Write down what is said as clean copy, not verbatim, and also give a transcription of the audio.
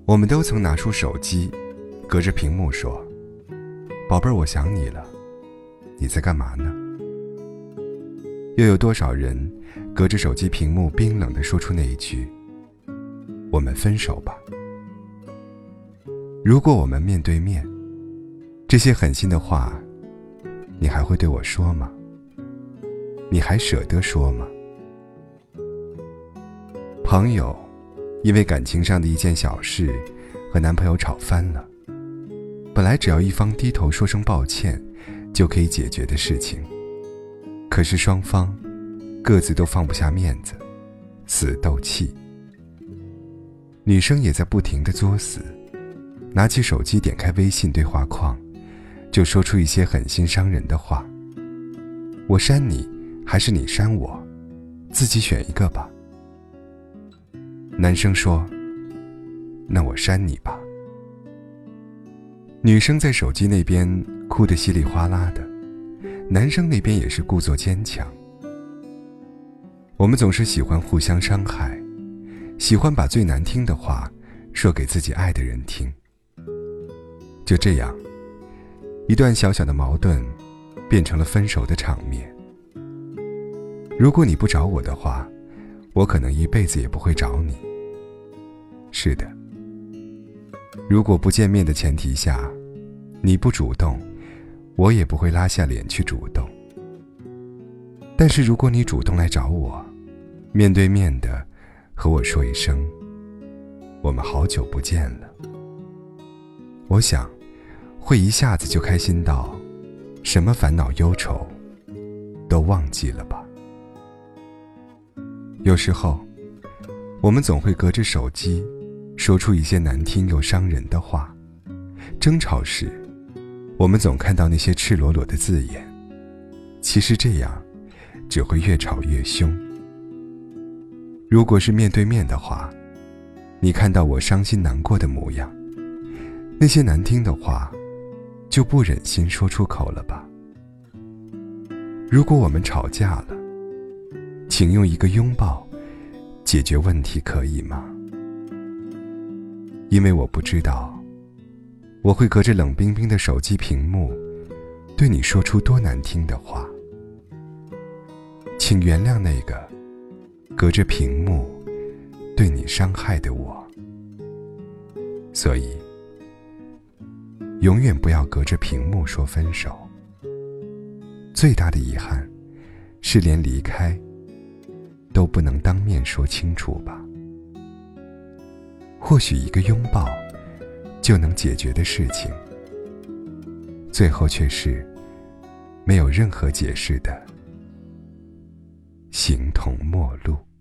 我们都曾拿出手机，隔着屏幕说：“宝贝儿，我想你了，你在干嘛呢？”又有多少人隔着手机屏幕冰冷地说出那一句：“我们分手吧。”如果我们面对面，这些狠心的话，你还会对我说吗？你还舍得说吗？朋友因为感情上的一件小事和男朋友吵翻了，本来只要一方低头说声抱歉就可以解决的事情，可是双方各自都放不下面子，死斗气。女生也在不停地作死，拿起手机点开微信对话框，就说出一些狠心伤人的话：“我删你还是你删我，自己选一个吧。”男生说：“那我删你吧。”女生在手机那边哭得稀里哗啦的，男生那边也是故作坚强。我们总是喜欢互相伤害，喜欢把最难听的话说给自己爱的人听。就这样，一段小小的矛盾变成了分手的场面。如果你不找我的话，我可能一辈子也不会找你。是的，如果不见面的前提下，你不主动，我也不会拉下脸去主动。但是如果你主动来找我，面对面的和我说一声我们好久不见了，我想会一下子就开心到什么烦恼忧愁都忘记了吧。有时候我们总会隔着手机说出一些难听又伤人的话，争吵时我们总看到那些赤裸裸的字眼，其实这样只会越吵越凶。如果是面对面的话，你看到我伤心难过的模样，那些难听的话就不忍心说出口了吧。如果我们吵架了，请用一个拥抱解决问题，可以吗？因为我不知道我会隔着冷冰冰的手机屏幕对你说出多难听的话，请原谅那个隔着屏幕对你伤害的我。所以永远不要隔着屏幕说分手。最大的遗憾是连离开都不能当面说清楚吧。或许一个拥抱就能解决的事情，最后却是没有任何解释的形同陌路。